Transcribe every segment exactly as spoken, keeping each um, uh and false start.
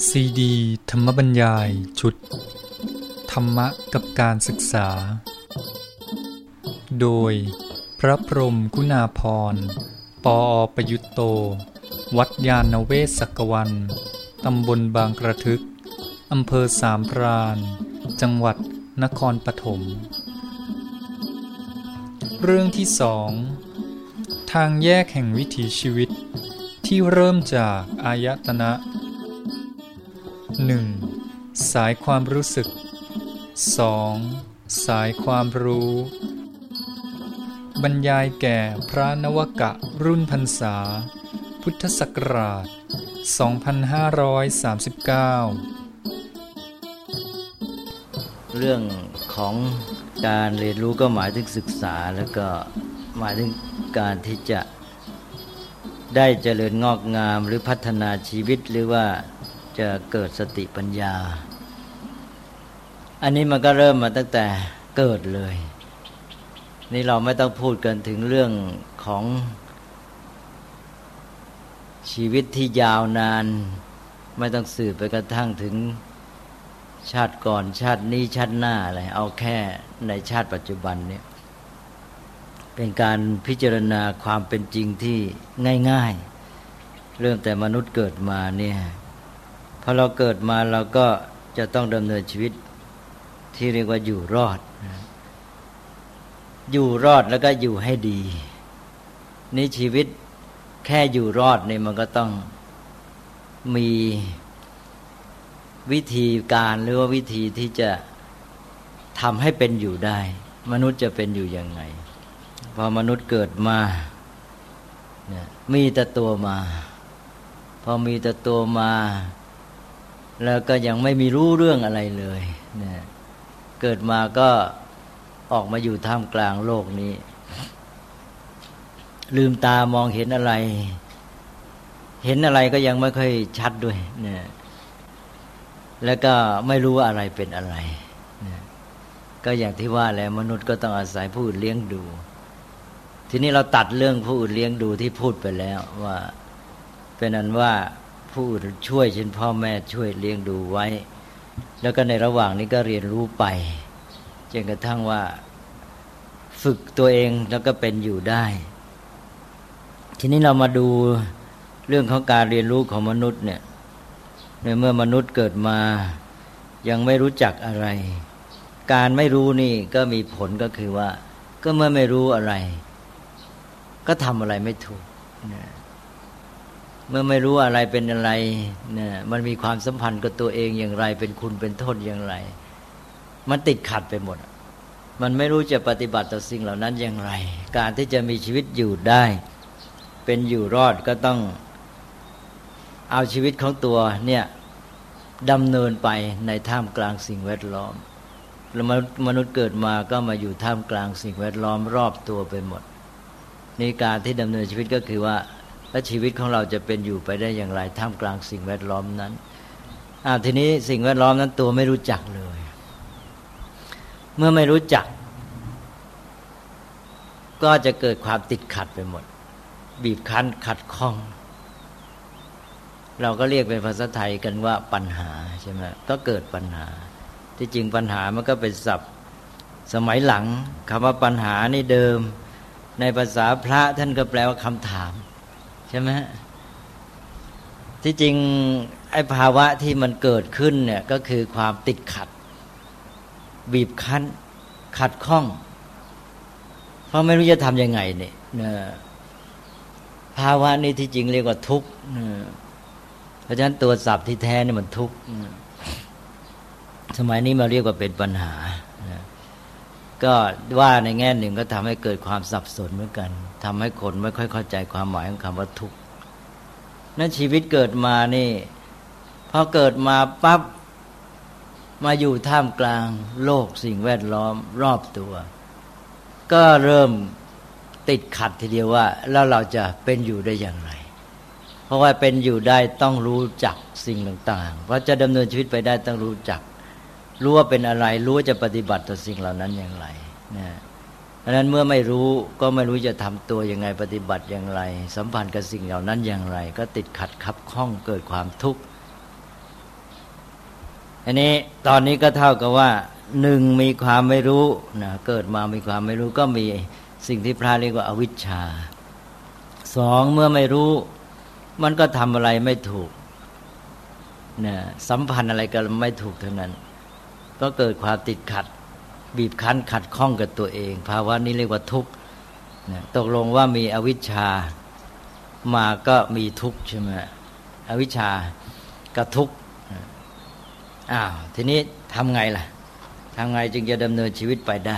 ซีดีธรรมบรรยายชุดธรรมะกับการศึกษาโดยพระพรหมคุณาภรณ์ ปอ.ประยุตโต วัดยาณเวศกวันตำบลบางกระทึกอำเภอสามพรานจังหวัดนครปฐมเรื่องที่สองทางแยกแห่งวิถีชีวิตที่เริ่มจากอายตนะหนึ่งสายความรู้สึกสองสายความรู้บรรยายแก่พระนวกะรุ่นพรรษาพุทธศักราชสองพันห้าร้อยสามสิบเก้าเรื่องของการเรียนรู้ก็หมายถึงศึกษาแล้วก็หมายถึงการที่จะได้เจริญงอกงามหรือพัฒนาชีวิตหรือว่าจะเกิดสติปัญญาอันนี้มันก็เริ่มมาตั้งแต่เกิดเลยนี่เราไม่ต้องพูดกันถึงเรื่องของชีวิตที่ยาวนานไม่ต้องสืบไปกระทั่งถึงชาติก่อนชาตินี้ชาติหน้าอะไรเอาแค่ในชาติปัจจุบันเนี่ยเป็นการพิจารณาความเป็นจริงที่ง่ายๆเริ่มแต่มนุษย์เกิดมาเนี่ยพอเราเกิดมาเราก็จะต้องดำเนินชีวิตที่เรียกว่าอยู่รอดอยู่รอดแล้วก็อยู่ให้ดีนี่ชีวิตแค่อยู่รอดนี่มันก็ต้องมีวิธีการหรือว่าวิธีที่จะทำให้เป็นอยู่ได้มนุษย์จะเป็นอยู่ยังไงพอมนุษย์เกิดมาเนี่ยมีแต่ตัวมาพอมีแต่ตัวมาแล้วก็ยังไม่มีรู้เรื่องอะไรเลยเนี่ยเกิดมาก็ออกมาอยู่ท่ามกลางโลกนี้ลืมตามองเห็นอะไรเห็นอะไรก็ยังไม่ค่อยชัดด้วยเนี่ยแล้วก็ไม่รู้ว่าอะไรเป็นอะไรเนี่ยก็อย่างที่ว่าแล้วมนุษย์ก็ต้องอาศัยผู้อื่นเลี้ยงดูทีนี้เราตัดเรื่องผู้อื่นเลี้ยงดูที่พูดไปแล้วว่าเป็นนั้นว่าผู้อื่นช่วยเช่นพ่อแม่ช่วยเลี้ยงดูไว้แล้วก็ในระหว่างนี้ก็เรียนรู้ไปจนกระทั่งว่าฝึกตัวเองแล้วก็เป็นอยู่ได้ทีนี้เรามาดูเรื่องของการเรียนรู้ของมนุษย์เนี่ยในเมื่อมนุษย์เกิดมายังไม่รู้จักอะไรการไม่รู้นี่ก็มีผลก็คือว่าก็เมื่อไม่รู้อะไรก็ทำอะไรไม่ถูกนะเมื่อไม่รู้อะไรเป็นอะไรนะมันมีความสัมพันธ์กับตัวเองอย่างไรเป็นคุณเป็นโทษอย่างไรมันติดขัดไปหมดมันไม่รู้จะปฏิบัติต่อสิ่งเหล่านั้นอย่างไรการที่จะมีชีวิตอยู่ได้เป็นอยู่รอดก็ต้องเอาชีวิตของตัวเนี่ยดำเนินไปในท่ามกลางสิ่งแวดล้อมแล้วมนุษย์เกิดมาก็มาอยู่ท่ามกลางสิ่งแวดล้อมรอบตัวไปหมดนี่การที่ดำเนินชีวิตก็คือว่าแล้วชีวิตของเราจะเป็นอยู่ไปได้อย่างไรท่ามกลางสิ่งแวดล้อมนั้นอ่าทีนี้สิ่งแวดล้อมนั้นตัวไม่รู้จักเลยเมื่อไม่รู้จักก็จะเกิดความติดขัดไปหมดบีบคั้นขัดข้องเราก็เรียกเป็นภาษาไทยกันว่าปัญหาใช่ไหมก็เกิดปัญหาที่จริงปัญหามันก็เป็นศัพท์สมัยหลังคำว่าปัญหานี่เดิมในภาษาพระท่านก็แปลว่าคำถามใช่ไหมที่จริงไอ้ภาวะที่มันเกิดขึ้นเนี่ยก็คือความติดขัดบีบคั้นขัดข้องเพราะไม่รู้จะทำยังไงเนี่ยภาวะนี้ที่จริงเรียกว่าทุกข์เพราะฉะนั้นตัวศัพท์ที่แท้นี่มันทุกข์สมัยนี้มาเรียกว่าเป็นปัญหาก็ว่าในแง่หนึ่งก็ทำให้เกิดความสับสนเหมือนกันทำให้คนไม่ค่อยเข้าใจความหมายของคำว่าทุกข์นั้นชีวิตเกิดมานี่พอเกิดมาปั๊บมาอยู่ท่ามกลางโลกสิ่งแวดล้อมรอบตัวก็เริ่มติดขัดทีเดียวว่าแล้วเราจะเป็นอยู่ได้อย่างไรเพราะว่าเป็นอยู่ได้ต้องรู้จักสิ่งต่างๆเพราะจะดำเนินชีวิตไปได้ต้องรู้จักรู้ว่าเป็นอะไรรู้ว่าจะปฏิบัติต่อสิ่งเหล่านั้นอย่างไรนะเพราะฉะนั้นเมื่อไม่รู้ก็ไม่รู้จะทำตัวยังไงปฏิบัติอย่างไรสัมพันธ์กับสิ่งเหล่านั้นอย่างไรก็ติดขัดคับข้องเกิดความทุกข์อันนี้ตอนนี้ก็เท่ากับว่าหนึ่งมีความไม่รู้นะเกิดมามีความไม่รู้ก็มีสิ่งที่พระเรียกว่าอวิชชาสองเมื่อไม่รู้มันก็ทำอะไรไม่ถูกนะสัมพันธ์อะไรก็ไม่ถูกทั้งนั้นก็เกิดความติดขัดบีบคั้นขัดข้องกับตัวเองภาวะนี้เรียกว่าทุกข์นะตกลงว่ามีอวิชชามาก็มีทุกข์ใช่ไหมอวิชชากับทุกข์อ้าวทีนี้ทำไงล่ะทำไงจึงจะดำเนินชีวิตไปได้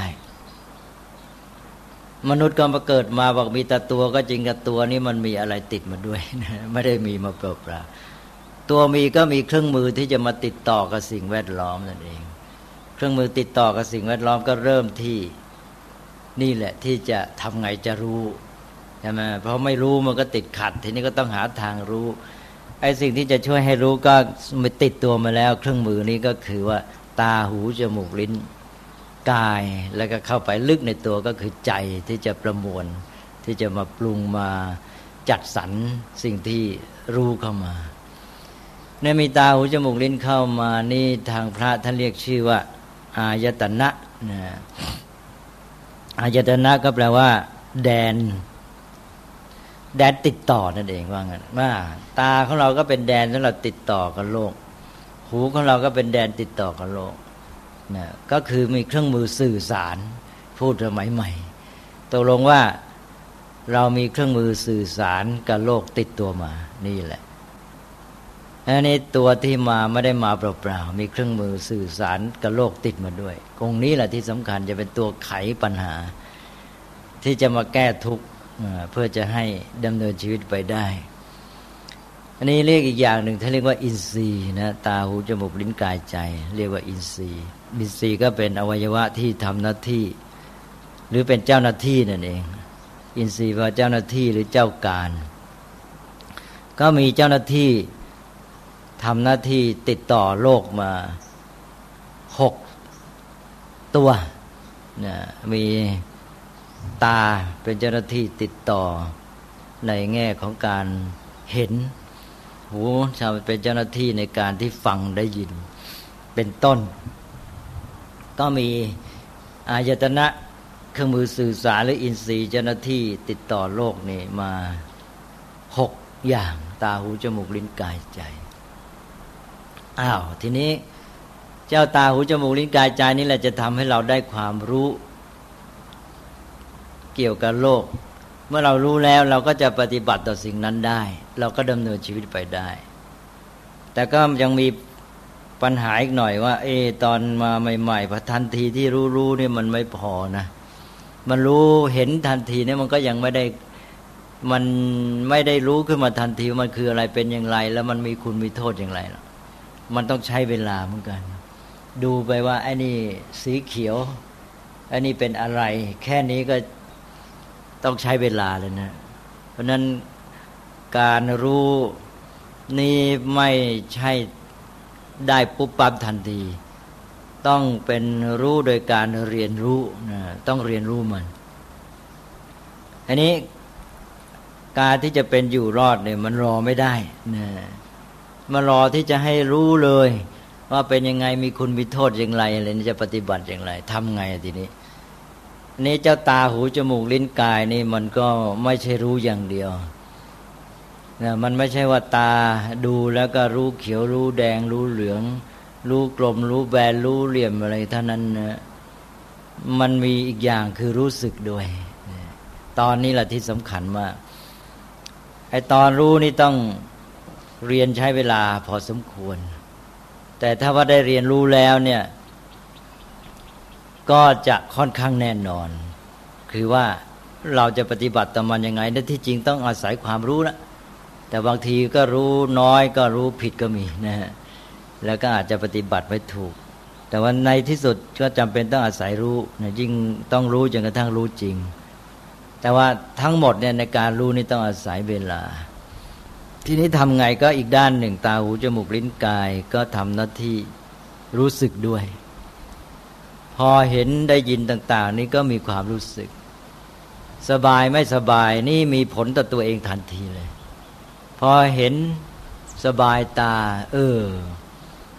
มนุษย์ก็มาเกิดมาบอกมีแต่ตัวก็จริงกับตัวนี้มันมีอะไรติดมาด้วยไม่ได้มีมาเปล่าๆตัวมีก็มีเครื่องมือที่จะมาติดต่อกับสิ่งแวดล้อมนั่นเองเครื่องมือติดต่อกับสิ่งแวดล้อมก็เริ่มที่นี่แหละที่จะทำไงจะรู้ใช่ไหมเพราะไม่รู้มันก็ติดขัดทีนี้ก็ต้องหาทางรู้ไอ้สิ่งที่จะช่วยให้รู้ก็มาติดตัวมาแล้วเครื่องมือนี้ก็คือว่าตาหูจมูกลิ้นกายแล้วก็เข้าไปลึกในตัวก็คือใจที่จะประมวลที่จะมาปรุงมาจัดสรรสิ่งที่รู้เข้ามาเนี่ยมีตาหูจมูกลิ้นเข้ามานี่ทางพระท่านเรียกชื่อว่าอายตนะนะอายตนะก็แปลว่าแดนแดนติดต่อนั่นเองว่างั้นว่าตาของเราก็เป็นแดนสำหรับติดต่อกับโลกหูของเราก็เป็นแดนติดต่อกับโลกนะก็คือมีเครื่องมือสื่อสารพูดสมัยใหม่ตกลงว่าเรามีเครื่องมือสื่อสารกับโลกติดตัวมานี่แหละอันนี้ตัวที่มาไม่ได้มาเปล่าๆมีเครื่องมือสื่อสารกับโลกติดมาด้วยตรงนี้แหละที่สำคัญจะเป็นตัวไขปัญหาที่จะมาแก้ทุกข์เพื่อจะให้ดำเนินชีวิตไปได้อันนี้เรียกอีกอย่างหนึ่งท่านเรียกว่าอินทรีย์นะตาหูจมูกลิ้นกายใจเรียกว่าอินทรีย์อินทรีย์ก็เป็นอวัยวะที่ทำหน้าที่หรือเป็นเจ้าหน้าที่นั่นเองอินทรีย์ว่าเจ้าหน้าที่หรือเจ้าการก็มีเจ้าหน้าที่ทำหน้าที่ติดต่อโลกมาหกตัวนะมีตาเป็นเจ้าหน้าที่ติดต่อในแง่ของการเห็นหูชาวเป็นเจ้าหน้าที่ในการที่ฟังได้ยินเป็นต้นก็มีอายตนะเครื่องมือสื่อสารหรืออินทรีย์เจ้าหน้าที่ติดต่อโลกนี่มาหกอย่างตาหูจมูกลิ้นกายใจอ้าวทีนี้เจ้าตาหูจมูกลิ้นกายใจนี่แหละจะทำให้เราได้ความรู้เกี่ยวกับโลกเมื่อเรารู้แล้วเราก็จะปฏิบัติต่อสิ่งนั้นได้เราก็ดำเนินชีวิตไปได้แต่ก็ยังมีปัญหาอีกหน่อยว่าเออตอนมาใหม่ๆพอทันทีที่รู้ๆนี่มันไม่พอนะมันรู้เห็นทันทีเนี่ยมันก็ยังไม่ได้มันไม่ได้รู้ขึ้นมาทันทีมันคืออะไรเป็นอย่างไรแล้วมันมีคุณมีโทษอย่างไรล่ะมันต้องใช้เวลาเหมือนกันดูไปว่าไอ้นี่สีเขียวไอ้นี่เป็นอะไรแค่นี้ก็ต้องใช้เวลาเลยนะเพราะนั้นการรู้นี่ไม่ใช่ได้ปุ๊บปั๊บทันทีต้องเป็นรู้โดยการเรียนรู้นะต้องเรียนรู้มันอันนี้การที่จะเป็นอยู่รอดเนี่ยมันรอไม่ได้นะมารอที่จะให้รู้เลยว่าเป็นยังไงมีคุณมีโทษอย่างไรอะไรนี่จะปฏิบัติอย่างไรทำไงทีนี้นี่เจ้าตาหูจมูกลิ้นกายนี่มันก็ไม่ใช่รู้อย่างเดียวนะมันไม่ใช่ว่าตาดูแล้วก็รู้เขียวรู้แดงรู้เหลืองรู้กลมรู้แบนรู้เหลี่ยมอะไรเท่านั้นนะมันมีอีกอย่างคือรู้สึกด้วยตอนนี้แหละที่สำคัญมากไอ้ตอนรู้นี่ต้องเรียนใช้เวลาพอสมควรแต่ถ้าว่าได้เรียนรู้แล้วเนี่ยก็จะค่อนข้างแน่นอนคือว่าเราจะปฏิบัติต่อมันยังไงนั่นที่จริงต้องอาศัยความรู้นะแต่บางทีก็รู้น้อยก็รู้ผิดก็มีนะฮะแล้วก็อาจจะปฏิบัติไม่ถูกแต่ว่าในที่สุดก็จำเป็นต้องอาศัยรู้นะยิ่งต้องรู้จนกระทั่งรู้จริงแต่ว่าทั้งหมดเนี่ยในการรู้นี่ต้องอาศัยเวลาทีนี้ทำไงก็อีกด้านหนึ่งตาหูจมูกลิ้นกายก็ทำหน้าที่รู้สึกด้วยพอเห็นได้ยินต่างๆนี่ก็มีความรู้สึกสบายไม่สบายนี่มีผลต่อตัวเองทันทีเลยพอเห็นสบายตาเออ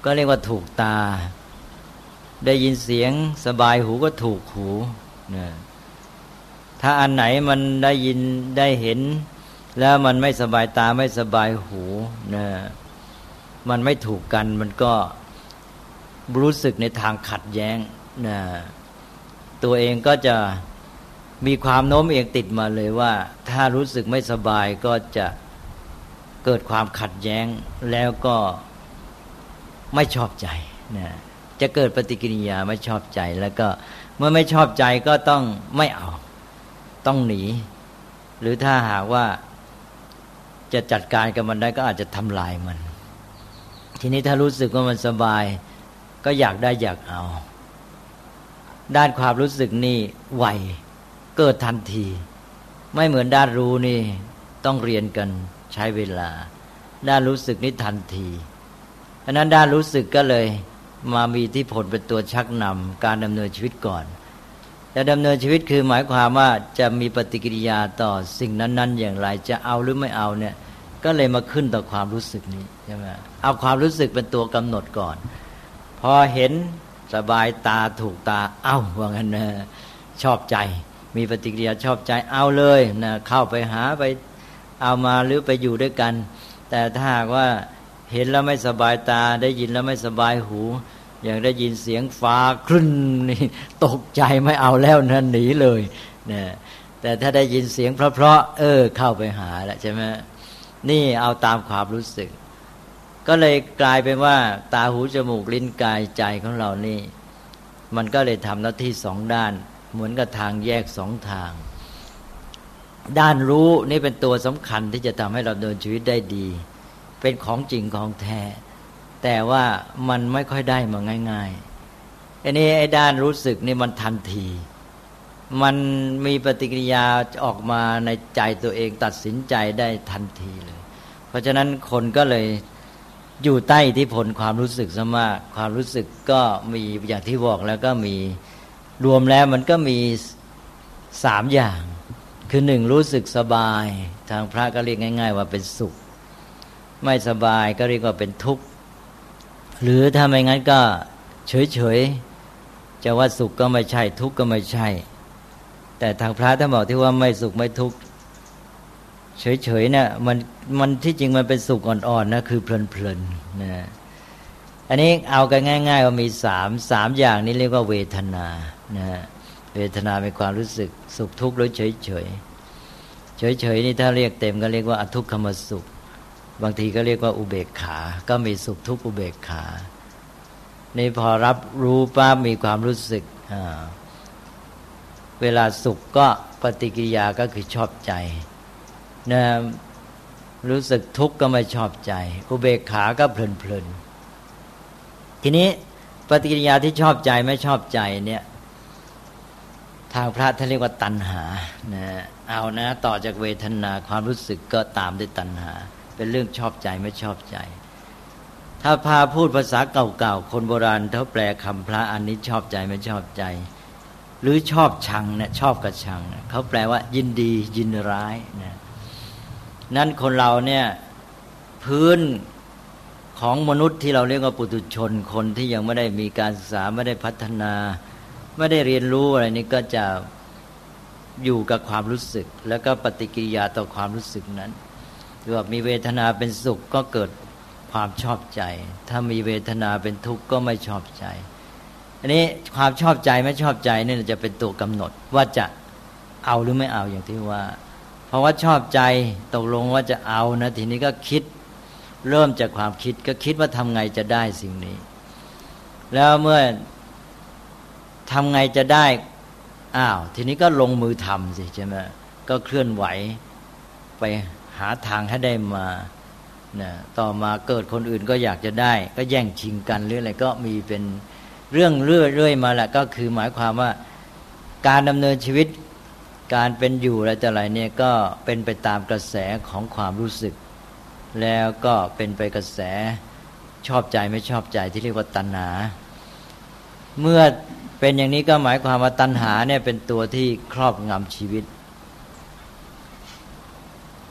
ก็เรียกว่าถูกตาได้ยินเสียงสบายหูก็ถูกหูนะถ้าอันไหนมันได้ยินได้เห็นแล้วมันไม่สบายตาไม่สบายหูนะมันไม่ถูกกันมันก็รู้สึกในทางขัดแย้งนะตัวเองก็จะมีความโน้มเอียงติดมาเลยว่าถ้ารู้สึกไม่สบายก็จะเกิดความขัดแย้งแล้วก็ไม่ชอบใจนะจะเกิดปฏิกิริยาไม่ชอบใจแล้วก็เมื่อไม่ชอบใจก็ต้องไม่เอาต้องหนีหรือถ้าหากว่าจะจัดการกับมันได้ก็อาจจะทำลายมันทีนี้ถ้ารู้สึกว่ามันสบายก็อยากได้อยากเอาด้านความรู้สึกนี่ไวเกิดทันทีไม่เหมือนด้านรู้นี่ต้องเรียนกันใช้เวลาด้านรู้สึกนี่ทันทีเพราะนั้นด้านรู้สึกก็เลยมามีอิทธิพลเป็นตัวชักนำการดำเนินชีวิตก่อนแต่ดำเนินชีวิตคือหมายความว่าจะมีปฏิกิริยาต่อสิ่งนั้นๆอย่างไรจะเอาหรือไม่เอาเนี่ยก็เลยมาขึ้นต่อความรู้สึกนี้ใช่ไหมเอาความรู้สึกเป็นตัวกำหนดก่อนพอเห็นสบายตาถูกตาเอ้าว่างั้นนะชอบใจมีปฏิกิริยาชอบใจเอาเลยนะเข้าไปหาไปเอามาหรือไปอยู่ด้วยกันแต่ถ้าหากว่าเห็นแล้วไม่สบายตาได้ยินแล้วไม่สบายหูอย่างได้ยินเสียงฟ้าครึ่นนี่ตกใจไม่เอาแล้วนั่นหนีเลยนะแต่ถ้าได้ยินเสียงเพราะๆเออเข้าไปหาแล้วใช่ไหมนี่เอาตามความรู้สึกก็เลยกลายเป็นว่าตาหูจมูกลิ้นกายใจของเรานี่มันก็เลยทำหน้าที่สองด้านเหมือนกับทางแยกสองทางด้านรู้นี่เป็นตัวสำคัญที่จะทำให้เราเดินชีวิตได้ดีเป็นของจริงของแท้แต่ว่ามันไม่ค่อยได้มาง่ายๆอันนี้ไอ้ด้านรู้สึกนี่มันทันทีมันมีปฏิกิริยาออกมาในใจตัวเองตัดสินใจได้ทันทีเลยเพราะฉะนั้นคนก็เลยอยู่ใต้อิทธิพลความรู้สึกซะมากความรู้สึกก็มีอย่างที่บอกแล้วก็มีรวมแล้วมันก็มีสามอย่างคือหนึ่งรู้สึกสบายทางพระก็เรียกง่ายๆว่าเป็นสุขไม่สบายก็เรียกว่าเป็นทุกข์หรือถ้าไม่งั้นก็เฉยๆจะว่าสุขก็ไม่ใช่ทุกข์ก็ไม่ใช่แต่ทางพระท่านบอกที่ว่าไม่สุขไม่ทุกข์เฉยๆเนี่ยมันมันที่จริงมันเป็นสุขอ่อนๆนะคือเพลินๆนะอันนี้เอากันง่ายๆว่ามีสามสามอย่างนี้เรียกว่าเวทนานะเวทนาเป็นความรู้สึกสุขทุกข์หรือเฉยๆเฉยๆนี่ถ้าเรียกเต็มก็เรียกว่าอทุกขมสุขบางทีก็เรียกว่าอุเบกขาก็มีสุขทุกข์อุเบกขานี่พอรับรู้ปั๊บมีความรู้สึกเวลาสุขก็ปฏิกิริยาก็คือชอบใจนะรู้สึกทุกข์ก็ไม่ชอบใจอุเบกขาก็เพลินๆทีนี้ปฏิกิริยาที่ชอบใจไม่ชอบใจเนี่ยทางพระท่านเรียกว่าตัณหานะเอานะต่อจากเวทนาความรู้สึกก็ตามด้วยตัณหาเป็นเรื่องชอบใจไม่ชอบใจถ้าพาพูดภาษาเก่าๆคนโบราณเขาแปลคำพระอันนี้ชอบใจไม่ชอบใจหรือชอบชังเนี่ยชอบกับชังเขาแปลว่ายินดียินร้ายนะนั้นคนเราเนี่ยพื้นของมนุษย์ที่เราเรียกว่าปุถุชนคนที่ยังไม่ได้มีการศึกษาไม่ได้พัฒนาไม่ได้เรียนรู้อะไรนี้ก็จะอยู่กับความรู้สึกแล้วก็ปฏิกิริยาต่อความรู้สึกนั้นหรือว่ามีเวทนาเป็นสุขก็เกิดความชอบใจถ้ามีเวทนาเป็นทุกข์ก็ไม่ชอบใจอันนี้ความชอบใจไม่ชอบใจนี่จะเป็นตัวกำหนดว่าจะเอาหรือไม่เอาอย่างที่ว่าเพราะว่าชอบใจตกลงว่าจะเอานะทีนี้ก็คิดเริ่มจากความคิดก็คิดว่าทำไงจะได้สิ่งนี้แล้วเมื่อทำไงจะได้อ้าวทีนี้ก็ลงมือทำสิใช่ไหมก็เคลื่อนไหวไปหาทางให้ได้มานะต่อมาเกิดคนอื่นก็อยากจะได้ก็แย่งชิงกันหรืออะไรก็มีเป็นเรื่องเรื่อยๆมาแหละก็คือหมายความว่าการดำเนินชีวิตการเป็นอยู่อะไรแต่ไรเนี่ยก็เป็นไปตามกระแสของความรู้สึกแล้วก็เป็นไปกระแสชอบใจไม่ชอบใจที่เรียกว่าตัณหาเมื่อเป็นอย่างนี้ก็หมายความว่าตัณหาเนี่ยเป็นตัวที่ครอบงำชีวิต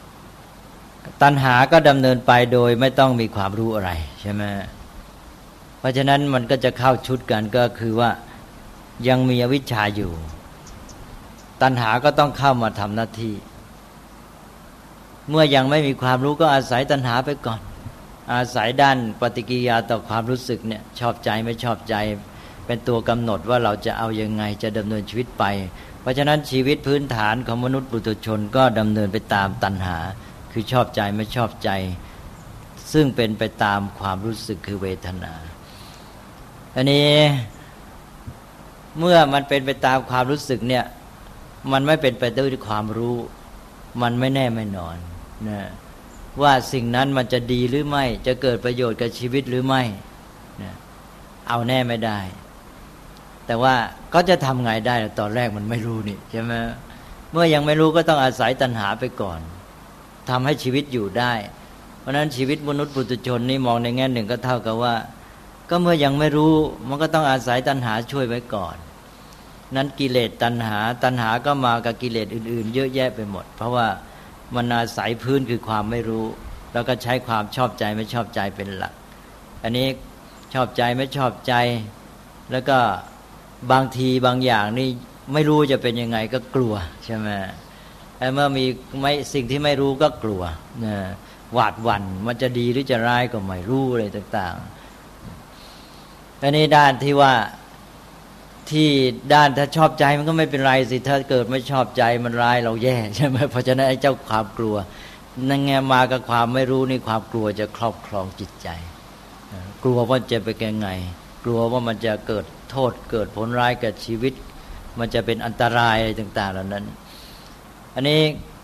ตัณหาก็ดำเนินไปโดยไม่ต้องมีความรู้อะไรใช่ไหมเพราะฉะนั้นมันก็จะเข้าชุดกันก็คือว่ายังมีอวิชชาอยู่ตัณหาก็ต้องเข้ามาทำหน้าที่เมื่อยังไม่มีความรู้ก็อาศัยตัณหาไปก่อนอาศัยด้านปฏิกิริยาต่อความรู้สึกเนี่ยชอบใจไม่ชอบใจเป็นตัวกำหนดว่าเราจะเอายังไงจะดำเนินชีวิตไปเพราะฉะนั้นชีวิตพื้นฐานของมนุษย์ปุถุชนก็ดำเนินไปตามตัณหาคือชอบใจไม่ชอบใจซึ่งเป็นไปตามความรู้สึกคือเวทนาอันนี้เมื่อมันเป็นไปตามความรู้สึกเนี่ยมันไม่เป็นไปด้วยความรู้มันไม่แน่ไม่นอนนะว่าสิ่งนั้นมันจะดีหรือไม่จะเกิดประโยชน์กับชีวิตหรือไม่นะเอาแน่ไม่ได้แต่ว่าก็จะทำไงได้ตอนแรกมันไม่รู้นี่ใช่ไหมเมื่อยังไม่รู้ก็ต้องอาศัยตัณหาไปก่อนทำให้ชีวิตอยู่ได้เพราะฉะนั้นชีวิตมนุษย์ปุถุชนนี่มองในแง่หนึ่งก็เท่ากับว่าก็เมื่อยังไม่รู้มันก็ต้องอาศัยตัณหาช่วยไว้ก่อนนั้นกิเลสตัณหาตัณหาก็มากับกิเลสอื่นๆเยอะแยะไปหมดเพราะว่ามันอาศัยพื้นคือความไม่รู้แล้วก็ใช้ความชอบใจไม่ชอบใจเป็นหลักอันนี้ชอบใจไม่ชอบใจแล้วก็บางทีบางอย่างนี่ไม่รู้จะเป็นยังไงก็กลัวใช่ไหมแต่เมื่อมีไม่สิ่งที่ไม่รู้ก็กลัวนะหวาดหวั่นมันจะดีหรือจะร้ายก็ไม่รู้อะไรต่างๆอันนี้ด้านที่ว่าที่ด้านถ้าชอบใจมันก็ไม่เป็นไรสิถ้าเกิดไม่ชอบใจมันร้ายเราแย่ใช่ไหมเพราะฉะนั้นไอ้เจ้าความกลัวนั่นไงมากับความไม่รู้นี่ความกลัวจะครอบครองจิตใจกลัวว่าจะเป็นยังไงกลัวว่ามันจะเกิดโทษเกิดผลร้ายกับชีวิตมันจะเป็นอันตรายอะไรต่างๆเหล่านั้นอันนี้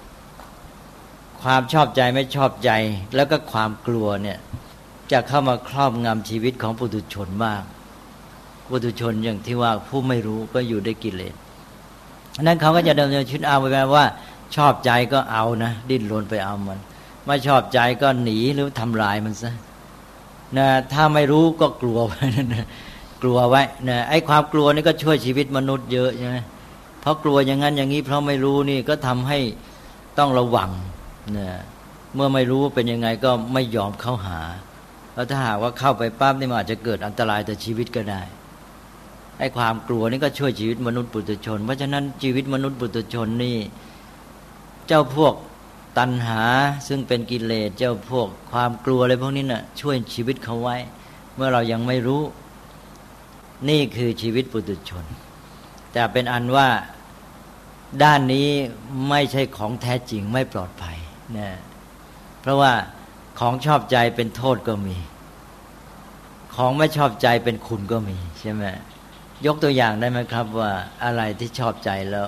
ความชอบใจไม่ชอบใจแล้วก็ความกลัวเนี่ยจะเข้ามาครอบงำชีวิตของปุถุชนมากปุถุชนอย่างที่ว่าผู้ไม่รู้ก็อยู่ด้วยกิเลสนั้นเขาก็จะดำเนินชีวิตเอาไปแบบว่าชอบใจก็เอานะดิ้นรนไปเอามันไม่ชอบใจก็หนีหรือทำลายมันซะนะถ้าไม่รู้ก็กลัวไว้นะกลัวไว้นะไอ้ความกลัวนี่ก็ช่วยชีวิตมนุษย์เยอะใช่ไหมเพราะกลัวอย่างนั้นอย่างนี้เพราะไม่รู้นี่ก็ทำให้ต้องระวังนะเมื่อไม่รู้เป็นยังไงก็ไม่ยอมเข้าหาแล้วถ้าหากว่าเข้าไปปั๊บนี่มันอาจจะเกิดอันตรายต่อชีวิตก็ได้ไอ้ความกลัวนี่ก็ช่วยชีวิตมนุษย์ปุถุชนเพราะฉะนั้นชีวิตมนุษย์ปุถุชนนี่เจ้าพวกตัณหาซึ่งเป็นกิเลสเจ้าพวกความกลัวอะไรพวกนี้น่ะช่วยชีวิตเขาไว้เมื่อเรายังไม่รู้นี่คือชีวิตปุถุชนแต่เป็นอันว่าด้านนี้ไม่ใช่ของแท้จริงไม่ปลอดภัยนะเพราะว่าของชอบใจเป็นโทษก็มีของไม่ชอบใจเป็นคุณก็มีใช่ไหมยกตัวอย่างได้ไหมครับว่าอะไรที่ชอบใจแล้ว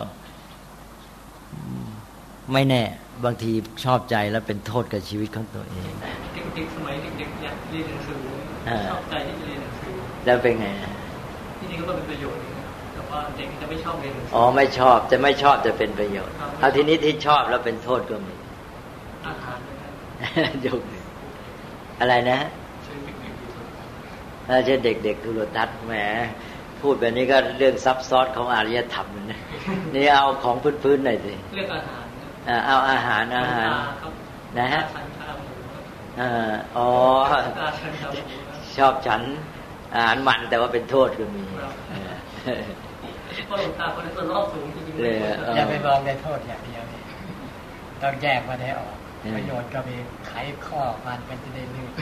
ไม่แน่บางทีชอบใจแล้วเป็นโทษกับชีวิตของตัวเองเด็กๆสมัยเด็กๆอยากเรียนหนังสือชอบใจที่จะเรียนหนังสือแล้วเป็นไงที่จริงก็เป็นประโยชน์แต่ว่าเด็กจะไม่ชอบเรียนหนังสืออ๋อไม่ชอบจะไม่ชอบจะเป็นประโยชน์เอาทีนี้ที่ชอบแล้วเป็นโทษก็มีอาหารยกอะไรนะเช่นเด็กๆโทรทัศน์แหมพูดแบบนี้ก็เรื่องซับซ้อนของอารยธรรมนะนี่เอาของพื้นๆหน่อยสิเรื่องอาหารเอาอาหารอาหารนะฮะอ๋อชอบฉันอาหารมันแต่ว่าเป็นโทษก็มีเพราะหลวงตาคนนี้ตัวรอบสูงจริงๆเลยอย่าไปมองในโทษอย่างเดียวต้องแยกมาให้ออกประโยชน์ก็มีไขข้อมันเป็นจะได้ลื่น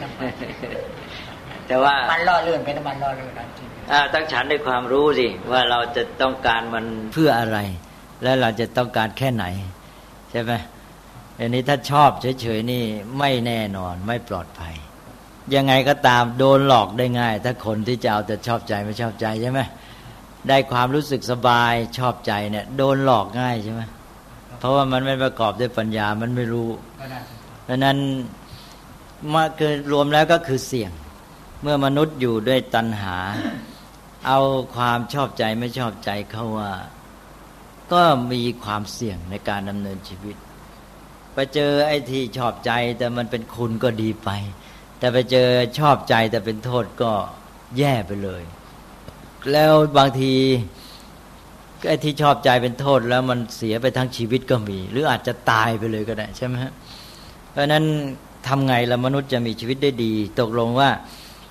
แต่ว่ามันล่อเลื่อนเป็นมันล่อเลื่อนจริงอ่าต้องฉันด้วยความรู้สิว่าเราจะต้องการมันเพื่ออะไรและเราจะต้องการแค่ไหนใช่ไหมอันนี้ถ้าชอบเฉยๆนี่ไม่แน่นอนไม่ปลอดภัยยังไงก็ตามโดนหลอกได้ง่ายถ้าคนที่จะเอาแต่ชอบใจไม่ชอบใจใช่ไหมได้ความรู้สึกสบายชอบใจเนี่ยโดนหลอกง่ายใช่ไหมเพราะว่ามันไม่ประกอบด้วยปัญญามันไม่รู้เพราะนั้นมาคือรวมแล้วก็คือเสี่ยงเมื่อมนุษย์อยู่ด้วยตัณหาเอาความชอบใจไม่ชอบใจเข้าว่าก็มีความเสี่ยงในการดำเนินชีวิตไปเจอไอ้ที่ชอบใจแต่มันเป็นคุณก็ดีไปแต่ไปเจอชอบใจแต่เป็นโทษก็แย่ไปเลยแล้วบางทีไอ้ที่ชอบใจเป็นโทษแล้วมันเสียไปทั้งชีวิตก็มีหรืออาจจะตายไปเลยก็ได้ใช่ไหมฮะเพราะนั้นทำไงละมนุษย์จะมีชีวิตได้ดีตกลงว่า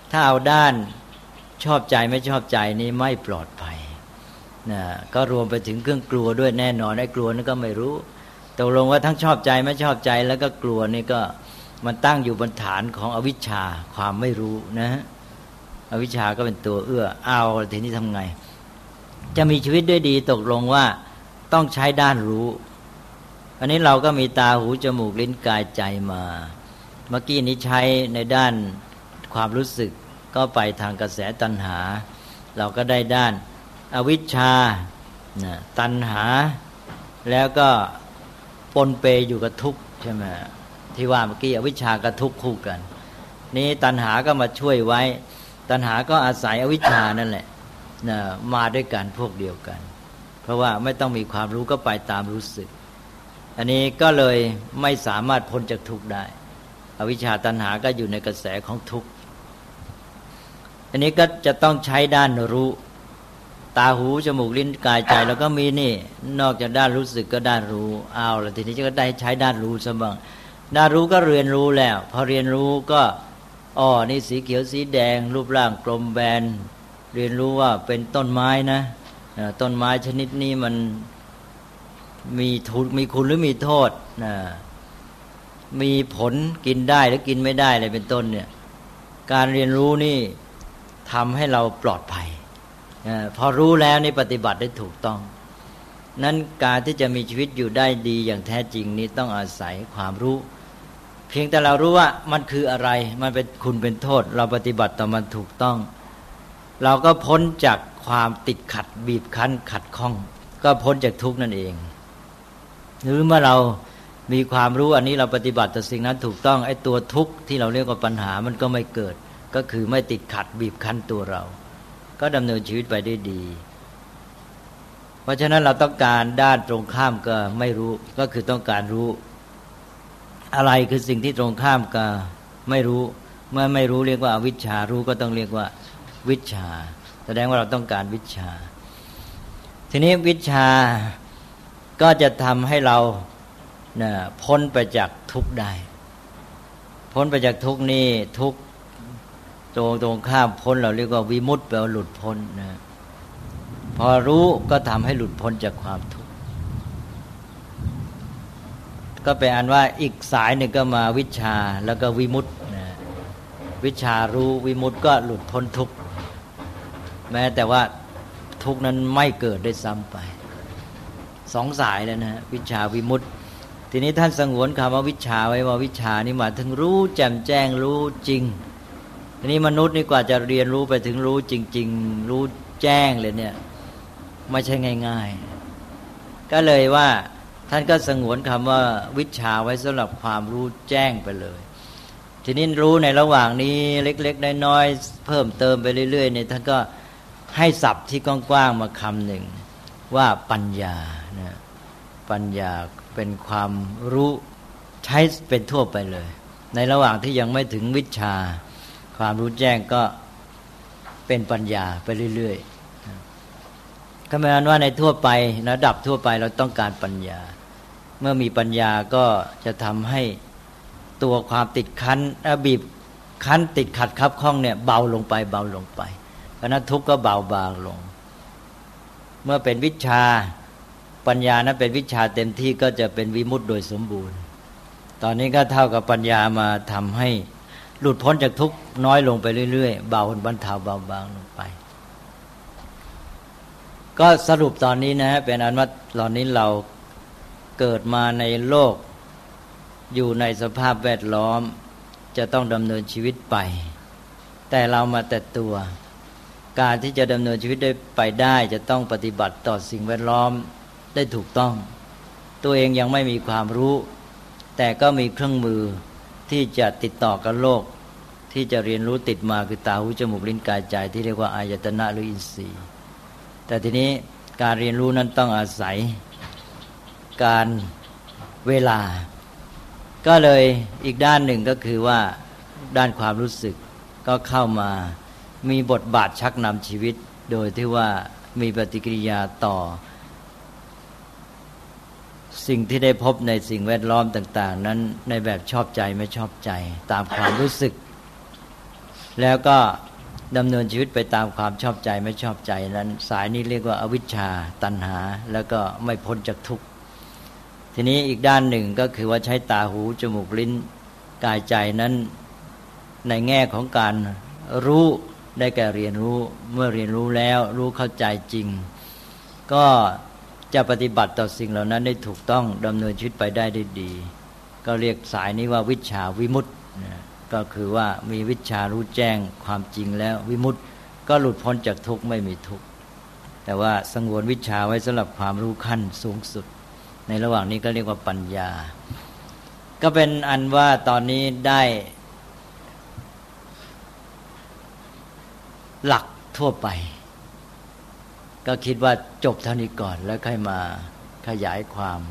ถ้าเอาด้านชอบใจไม่ชอบใจนี้ไม่ปลอดภัยนะก็รวมไปถึงเครื่องกลัวด้วยแน่นอนไอ้กลัวนั่นก็ไม่รู้ตกลงว่าทั้งชอบใจไม่ชอบใจแล้วก็กลัวนี่ก็มันตั้งอยู่บนฐานของอวิชชาความไม่รู้นะอวิชชาก็เป็นตัวเอื้อเอาทีนี้ทำไงจะมีชีวิตด้วยดีตกลงว่าต้องใช้ด้านรู้อันนี้เราก็มีตาหูจมูกลิ้นกายใจมาเมื่อกี้นี้ใช้ในด้านความรู้สึกก็ไปทางกระแสตัณหาเราก็ได้ด้านอวิชชานะตัณหาแล้วก็ปนเปอยู่กับทุกข์ใช่ไหมที่ว่าเมื่อกี้อวิชชากับทุกข์คู่กันนี้ตัณหาก็มาช่วยไว้ตัณหาก็อาศัยอวิชชานั่นแหละนะมาด้วยกันพวกเดียวกันเพราะว่าไม่ต้องมีความรู้ก็ไปตามรู้สึกอันนี้ก็เลยไม่สามารถพ้นจากทุกข์ได้อวิชชาตัณหาก็อยู่ในกระแสของทุกข์อันนี้ก็จะต้องใช้ด้านรู้ตาหูจมูกลิ้นกายใจแล้วก็มีนี่นอกจากด้านรู้สึกก็ด้านรู้เอาละทีนี้ก็ได้ใช้ด้านรู้ซะบ้างด้านรู้ก็เรียนรู้แล้วพอเรียนรู้ก็อ๋อนี่สีเขียวสีแดงรูปร่างกลมแบนเรียนรู้ว่าเป็นต้นไม้นะต้นไม้ชนิดนี้มันมีทุนมีคุณหรือมีโทษนะมีผลกินได้หรือกินไม่ได้อะไรเป็นต้นเนี่ยการเรียนรู้นี่ทำให้เราปลอดภัยพอรู้แล้วนี่ปฏิบัติได้ถูกต้องนั้นการที่จะมีชีวิตอยู่ได้ดีอย่างแท้จริงนี้ต้องอาศัยความรู้เพียงแต่เรารู้ว่ามันคืออะไรมันเป็นคุณเป็นโทษเราปฏิบัติต่อมันถูกต้องเราก็พ้นจากความติดขัดบีบคั้นขัดข้องก็พ้นจากทุกข์นั่นเองหรือเมื่อเรามีความรู้อันนี้เราปฏิบัติต่อสิ่งนั้นถูกต้องไอ้ตัวทุกข์ที่เราเรียกว่าปัญหามันก็ไม่เกิดก็คือไม่ติดขัดบีบคั้นตัวเราก็ดำเนินชีวิตไปได้ดีเพราะฉะนั้นเราต้องการด้านตรงข้ามก็ไม่รู้ก็คือต้องการรู้อะไรคือสิ่งที่ตรงข้ามก็ไม่รู้เมื่อไม่รู้เรียกว่าอวิชชารู้ก็ต้องเรียกว่าวิชชาแสดงว่าเราต้องการวิชชาทีนี้วิชชาก็จะทำให้เราเนี่ยพ้นไปจากทุกข์ได้พ้นไปจากทุกข์นี่ทุกข์ตรงตรงข้ามพ้นเราเรียกว่าวิมุตติแปลว่าหลุดพ้นนะพอรู้ก็ทำให้หลุดพ้นจากความทุกข์ก็เป็นอันว่าอีกสายหนึ่งก็มาวิชชาแล้วก็วิมุตตินะวิชชารู้วิมุตติก็หลุดพ้นทุกข์แม้แต่ว่าทุกข์นั้นไม่เกิดได้ซ้ำไปสองสายแล้วนะวิชชาวิมุตติทีนี้ท่านสงวนคำว่าวิชชาไว้ว่าวิชชานี่มาถึงรู้แจ่มแจ้งรู้จริงทีนี้มนุษย์นี่กว่าจะเรียนรู้ไปถึงรู้จริงๆรู้แจ้งเลยเนี่ยไม่ใช่ง่ายๆก็เลยว่าท่านก็สงวนคำว่าวิชชาไว้สำหรับความรู้แจ้งไปเลยทีนี้รู้ในระหว่างนี้เล็กๆน้อยๆเพิ่มเติมไปเรื่อยๆเนี่ยท่านก็ให้ศัพท์ที่กว้างๆมาคำหนึ่งว่าปัญญานะปัญญาเป็นความรู้ใช้เป็นทั่วไปเลยในระหว่างที่ยังไม่ถึงวิชชาความรู้แจ้งก็เป็นปัญญาไปเรื่อยๆก็หมายความว่าในทั่วไประดับทั่วไปเราต้องการปัญญาเมื่อมีปัญญาก็จะทำให้ตัวความติดคั้นบีบคั้นติดขัดคับข้องเนี่ยเบาลงไปเบาลงไปเพราะนั้นทุกข์ก็เบาบางลงเมื่อเป็นวิชาปัญญานั้นเป็นวิชาเต็มที่ก็จะเป็นวิมุตติโดยสมบูรณ์ตอนนี้ก็เท่ากับปัญญามาทำให้หลุดพ้นจากทุกข์น้อยลงไปเรื่อยๆเบาบรรเทาเบาบางลงไปก็สรุปตอนนี้นะเป็นอันว่าตอนนี้เราเกิดมาในโลกอยู่ในสภาพแวดล้อมจะต้องดำเนินชีวิตไปแต่เรามาแต่ตัวการที่จะดำเนินชีวิตได้ไปได้จะต้องปฏิบัติต่อสิ่งแวดล้อมได้ถูกต้องตัวเองยังไม่มีความรู้แต่ก็มีเครื่องมือที่จะติดต่อกับโลกที่จะเรียนรู้ติดมาคือตาหูจมูกลิ้นกายใจที่เรียกว่าอายตนะหรืออินทรีย์แต่ทีนี้การเรียนรู้นั้นต้องอาศัยการเวลาก็เลยอีกด้านหนึ่งก็คือว่าด้านความรู้สึกก็เข้ามามีบทบาทชักนำชีวิตโดยที่ว่ามีปฏิกิริยาต่อสิ่งที่ได้พบในสิ่งแวดล้อมต่างๆนั้นในแบบชอบใจไม่ชอบใจตามความรู้สึกแล้วก็ดำเนินชีวิตไปตามความชอบใจไม่ชอบใจนั้นสายนี้เรียกว่าอวิชชาตัณหาแล้วก็ไม่พ้นจากทุกข์ทีนี้อีกด้านหนึ่งก็คือว่าใช้ตาหูจมูกลิ้นกายใจนั้นในแง่ของการรู้ได้แก่เรียนรู้เมื่อเรียนรู้แล้วรู้เข้าใจจริงก็จะปฏิบัติต่อสิ่งเหล่านั้นได้ถูกต้องดำเนินชีวิตไปได้ได้ดีก็เรียกสายนี้ว่าวิชชาวิมุตติก็คือว่ามีวิชชารู้แจ้งความจริงแล้ววิมุตติก็หลุดพ้นจากทุกข์ไม่มีทุกข์แต่ว่าสงวนวิชชาไว้สำหรับความรู้ขั้นสูงสุดในระหว่างนี้ก็เรียกว่าปัญญาก็เป็นอันว่าตอนนี้ได้หลักทั่วไปก็คิดว่าจบเท่านี้ก่อนแล้วค่อยมาขยายความ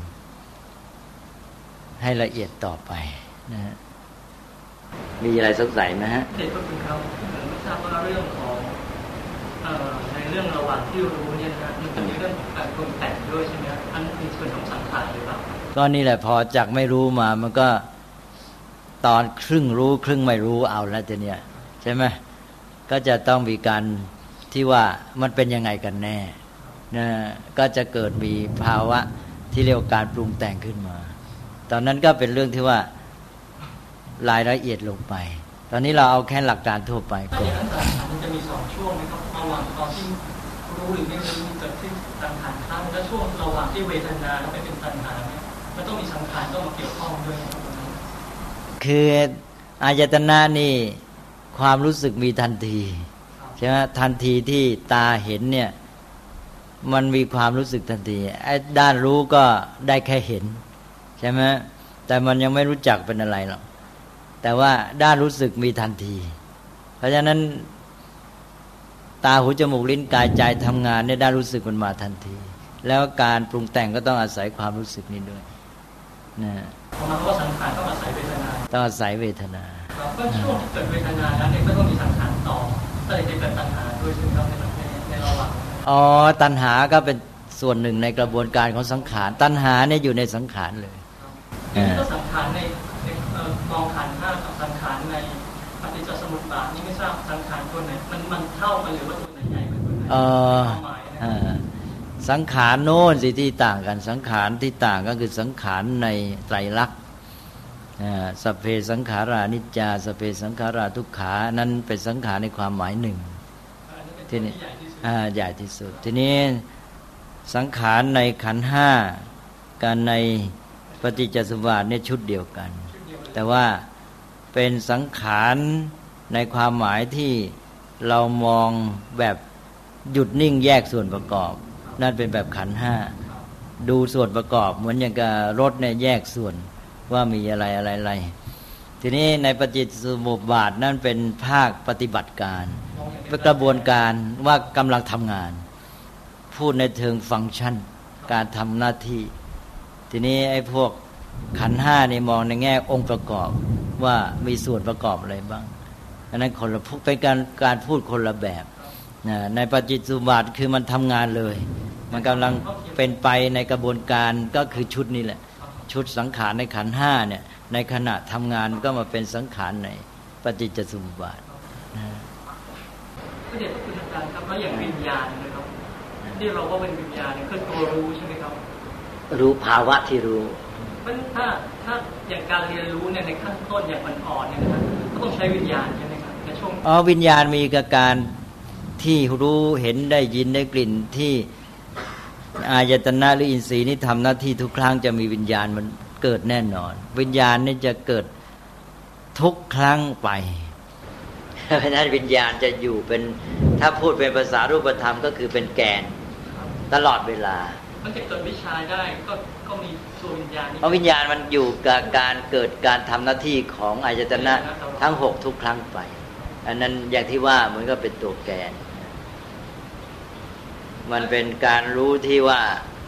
ให้ละเอียดต่อไปนะฮะมีอะไรสงสัยไหมฮะเด็กก็คือเขาไม่ทราบว่าเรื่องของเอ่อในเรื่องระหว่างที่รู้เนี่ยนะมันจะมีเรื่องของการปรุงแต่งด้วยใช่ไหมครับอันนี้ส่วนของสังขารหรือเปล่าก็นี่แหละพอจากไม่รู้มามันก็ตอนครึ่งรู้ครึ่งไม่รู้เอาแล้วทีเนี้ยใช่ไหมก็จะต้องมีการที่ว่ามันเป็นยังไงกันแน่นะก็จะเกิดมีภาวะที่เรียกว่าการปรุงแต่งขึ้นมาตอนนั้นก็เป็นเรื่องที่ว่ารายละเอียดลงไปตอนนี้เราเอาแค่หลักการทั่วไปก่อนมันจะมีสองช่วงนะครับระหว่างตอนที่รู้หรือไม่รู้เกิดขึ้นสังขารข้างและช่วงระหว่างที่เวทนาแล้วไปเป็นตัณหามันต้องมีสังขารต้องมาเกี่ยวข้องด้วยคืออายตนะนี่ความรู้สึกมีทันทีใช่ไหมทันทีที่ตาเห็นเนี่ยมันมีความรู้สึกทันทีไอ้ด้านรู้ก็ได้แค่เห็นใช่ไหมแต่มันยังไม่รู้จักเป็นอะไรหรอกแต่ว่าด้านรู้สึกมีทันทีเพราะฉะนั้นตาหูจมูกลิ้นกายใจทำงานเนี่ยด้านรู้สึกมันมาทันทีแล้วการปรุงแต่งก็ต้องอาศัยความรู้สึกนี้ด้วยนะเพราะมันก็สังขารต้องอาศัยเวทนาต้องอาศัยเวทนาก็ช่วงที่เกิดเวทนาแล้วเนี่ยก็ต้องมีสังขารต่อก็เลยจะเกิดตัณหาด้วยซึ่งเราในในระหว่างอ๋อตัณหาก็เป็นส่วนหนึ่งในกระบวนการของสังขารตัณหาเนี่ยอยู่ในสังขารเลยก็สังขารในมองขันธ์ห้ากับสังขารในปฏิจจสมุปบาทนี่ไม่ทราบสังขารตัวไหนมันมันเท่ากันหรือว่าตัวไหนใหญ่กว่าตัวไหนเออสังขารโน้นสิที่ต่างกันสังขารที่ต่างก็คือสังขารในไตรลักษณ์สัพเพสังขารานิจจาสัพเพสังขาราทุกขานั้นเป็นสังขารในความหมายหนึ่งทีนี้ใหญ่ที่สุดทีนี้สังขารในขันธ์ห้ากับในปฏิจจสมุปบาทเนี่ยชุดเดียวกันแต่ว่าเป็นสังขารในความหมายที่เรามองแบบหยุดนิ่งแยกส่วนประกอบนั่นเป็นแบบขันธ์ห้าดูส่วนประกอบเหมือนอย่างกับรถเนี่ยแยกส่วนว่ามีอะไรอะไรอะไรทีนี้ในปฏิจจสมุปบาทนั่นเป็นภาคปฏิบัติการเป็นกระบวนการว่ากำลังทำงานพูดในเชิงฟังก์ชันการทำหน้าที่ทีนี้ไอ้พวกขันธ์ห้านี่มองในแง่องค์ประกอบว่ามีส่วนประกอบอะไรบ้างอันนั้นคนละเป็นการการพูดคนละแบบนะในปฏิจจสมุปบาทคือมันทำงานเลยมันกำลังเป็นไปในกระบวนการก็คือชุดนี้แหละชุดสังขารในขันธ์ห้าเนี่ยในขณะทำงานก็มาเป็นสังขารในปฏิจจสมุปบาทนะก็เดี๋ยวคุณอาจารย์ครับแล้วอย่างวิญญาณนะครับที่เราก็เป็นวิญญาณเนี่ยคือตัวรู้ใช่ไหมครับรู้ภาวะที่รู้มันถ้าถ้าอย่างการเรียนรู้เนี่ยในขั้นต้นอย่างอ่อนๆเนี่ยนะครับก็ต้องใช้วิญญาณใช่ไหมครับในช่วงอ๋อวิญญาณมีกับการที่รู้เห็นได้ยินได้กลิ่นที่อายตนะหรืออินทรีย์นี่ทำหน้าที่ทุกครั้งจะมีวิญญาณมันเกิดแน่นอนวิญญาณนี่จะเกิดทุกครั้งไปเพราะนั้นวิญญาณจะอยู่เป็นถ้าพูดเป็นภาษารูปธรรมก็คือเป็นแกนตลอดเวลามันจะเกิดวิชาได้ก็ก็มีตัววิญญาณเพราะวิญญาณมันอยู่กับการเกิดการทำหน้าที่ของอายตนะทั้งหกทุกครั้งไปอันนั้นอย่างที่ว่ามันก็เป็นตัวแกนมันเป็นการรู้ที่ว่า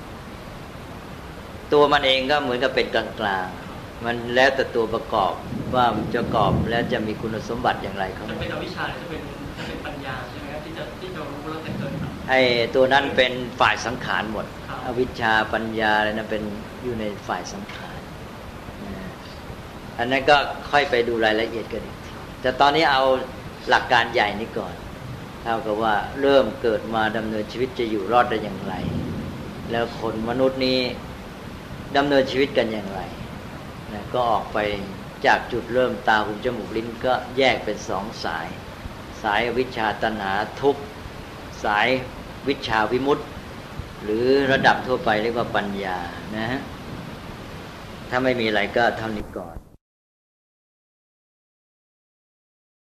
ตัวมันเองก็เหมือนกับเป็นกลางๆมันแล้วแต่ตัวประกอบว่ามันจะประกอบแล้วจะมีคุณสมบัติอย่างไรเขาจะเป็นอวิชชาจะเป็นจะเป็นปัญญาใช่ไหมครับที่จะที่จะรู้แล้วแต่เกิดไอ้ตัวนั้นเป็นฝ่ายสังขารหมดอวิชชาปัญญาอะไรนั้นเป็นอยู่ในฝ่ายสังขารอันนั้นก็ค่อยไปดูรายละเอียดกันอีกทีแต่ตอนนี้เอาหลักการใหญ่นี้ก่อนเท่ากับว่าเริ่มเกิดมาดำเนินชีวิตจะอยู่รอดได้อย่างไรแล้วคนมนุษย์นี้ดำเนินชีวิตกันอย่างไรนะก็ออกไปจากจุดเริ่มตาหูจมูกลิ้นก็แยกเป็นสองสายสายวิชชาตัณหาทุกข์สายวิชชาวิมุตติหรือระดับทั่วไปเรียกว่าปัญญานะฮะถ้าไม่มีอะไรก็เท่านี้ก่อน